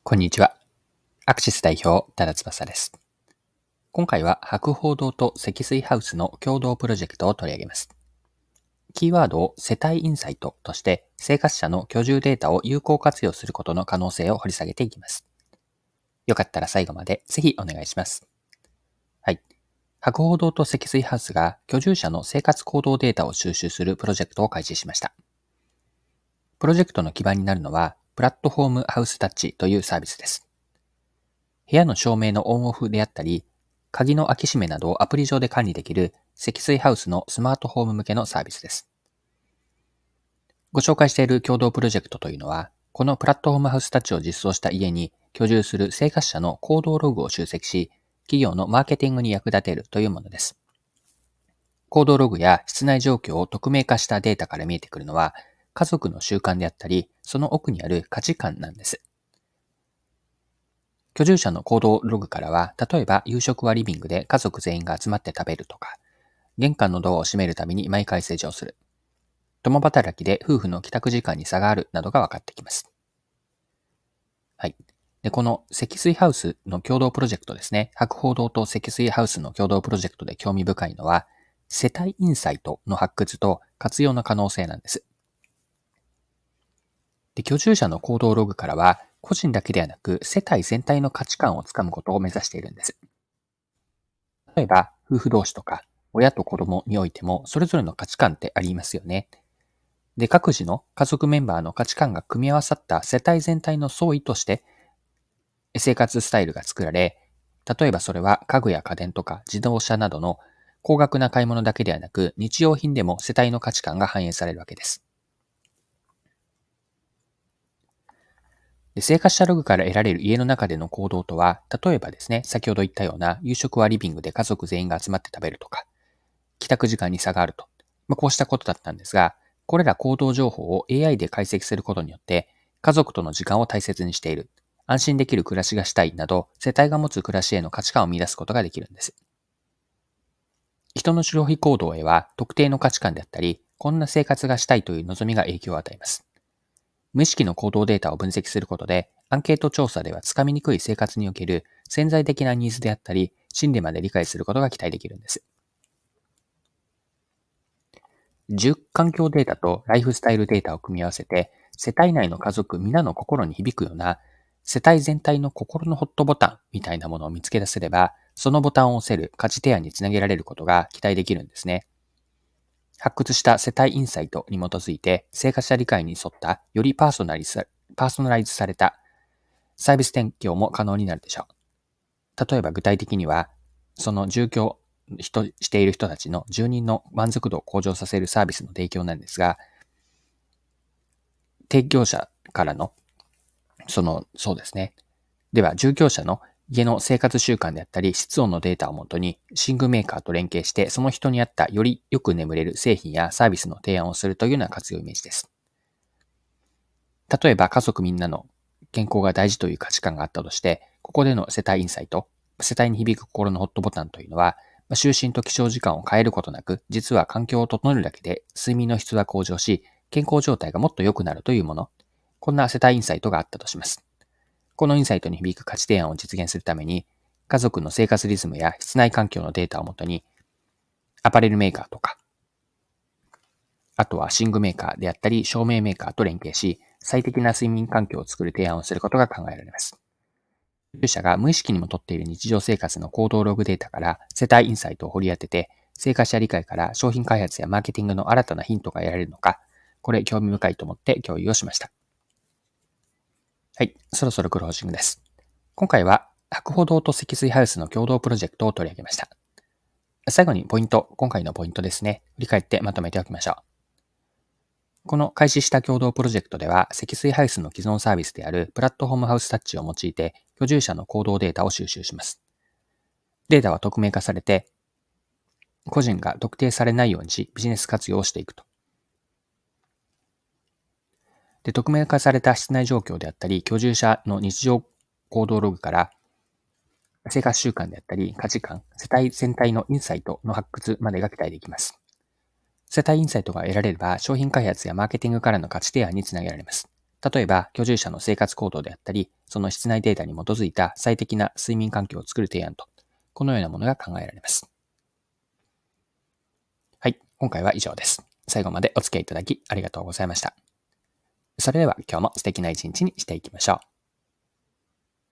こんにちは。アクシス代表、多田翼です。今回は博報堂と積水ハウスの共同プロジェクトを取り上げます。キーワードを世帯インサイトとして生活者の居住データを有効活用することの可能性を掘り下げていきます。よかったら最後までぜひお願いします。はい。博報堂と積水ハウスが居住者の生活行動データを収集するプロジェクトを開始しました。プロジェクトの基盤になるのはプラットフォームハウスタッチというサービスです。部屋の照明のオンオフであったり、鍵の開け閉めなどをアプリ上で管理できる積水ハウスのスマートホーム向けのサービスです。ご紹介している共同プロジェクトというのは、このプラットフォームハウスタッチを実装した家に居住する生活者の行動ログを集積し、企業のマーケティングに役立てるというものです。行動ログや室内状況を匿名化したデータから見えてくるのは、家族の習慣であったり、その奥にある価値観なんです。居住者の行動ログからは、例えば夕食はリビングで家族全員が集まって食べるとか、玄関のドアを閉めるたびに毎回施錠する。共働きで夫婦の帰宅時間に差があるなどが分かってきます。はい。で、この積水ハウスの共同プロジェクトですね。博報堂と積水ハウスの共同プロジェクトで興味深いのは、世帯インサイトの発掘と活用の可能性なんです。で、居住者の行動ログからは、個人だけではなく世帯全体の価値観をつかむことを目指しているんです。例えば、夫婦同士とか、親と子供においても、それぞれの価値観ってありますよね。で、各自の家族メンバーの価値観が組み合わさった世帯全体の総意として、生活スタイルが作られ、例えばそれは家具や家電とか自動車などの高額な買い物だけではなく、日用品でも世帯の価値観が反映されるわけです。で、生活者ログから得られる家の中での行動とは、例えばですね、先ほど言ったような夕食はリビングで家族全員が集まって食べるとか、帰宅時間に差があると。こうしたことだったんですが、これら行動情報を AI で解析することによって、家族との時間を大切にしている、安心できる暮らしがしたいなど、世帯が持つ暮らしへの価値観を見出すことができるんです。人の消費行動へは特定の価値観であったり、こんな生活がしたいという望みが影響を与えます。無意識の行動データを分析することで、アンケート調査ではつかみにくい生活における潜在的なニーズであったり、心理まで理解することが期待できるんです。住環境データとライフスタイルデータを組み合わせて、世帯内の家族皆の心に響くような、世帯全体の心のホットボタンみたいなものを見つけ出せれば、そのボタンを押せる価値提案につなげられることが期待できるんですね。発掘した世帯インサイトに基づいて、生活者理解に沿った、よりパーソナライズされたサービス提供も可能になるでしょう。例えば具体的には、その住居している人たちの住人の満足度を向上させるサービスの提供なんですが、提供者からの、そうですね。では、住居者の家の生活習慣であったり、室温のデータをもとに、寝具メーカーと連携して、その人に合ったよりよく眠れる製品やサービスの提案をするというような活用イメージです。例えば、家族みんなの健康が大事という価値観があったとして、ここでの世帯インサイト、世帯に響く心のホットボタンというのは、就寝と起床時間を変えることなく、実は環境を整えるだけで睡眠の質が向上し、健康状態がもっと良くなるというもの。こんな世帯インサイトがあったとします。このインサイトに響く価値提案を実現するために、家族の生活リズムや室内環境のデータをもとに、アパレルメーカーとか、あとは寝具メーカーであったり、照明メーカーと連携し、最適な睡眠環境を作る提案をすることが考えられます。所有者が無意識にもとっている日常生活の行動ログデータから世帯インサイトを掘り当てて、生活者理解から商品開発やマーケティングの新たなヒントが得られるのか、これ興味深いと思って共有をしました。はい、そろそろクロージングです。今回は博報堂と積水ハウスの共同プロジェクトを取り上げました。最後に今回のポイントですね。振り返ってまとめておきましょう。この開始した共同プロジェクトでは、積水ハウスの既存サービスであるプラットフォームハウスタッチを用いて、居住者の行動データを収集します。データは匿名化されて、個人が特定されないようにし、ビジネス活用をしていくと。で、匿名化された室内状況であったり、居住者の日常行動ログから、生活習慣であったり、価値観、世帯全体のインサイトの発掘までが期待できます。世帯インサイトが得られれば、商品開発やマーケティングからの価値提案につなげられます。 例えば、居住者の生活行動であったり、その室内データに基づいた最適な睡眠環境を作る提案と、このようなものが考えられます。はい、今回は以上です。最後までお付き合いいただきありがとうございました。それでは今日も素敵な一日にしていきましょう。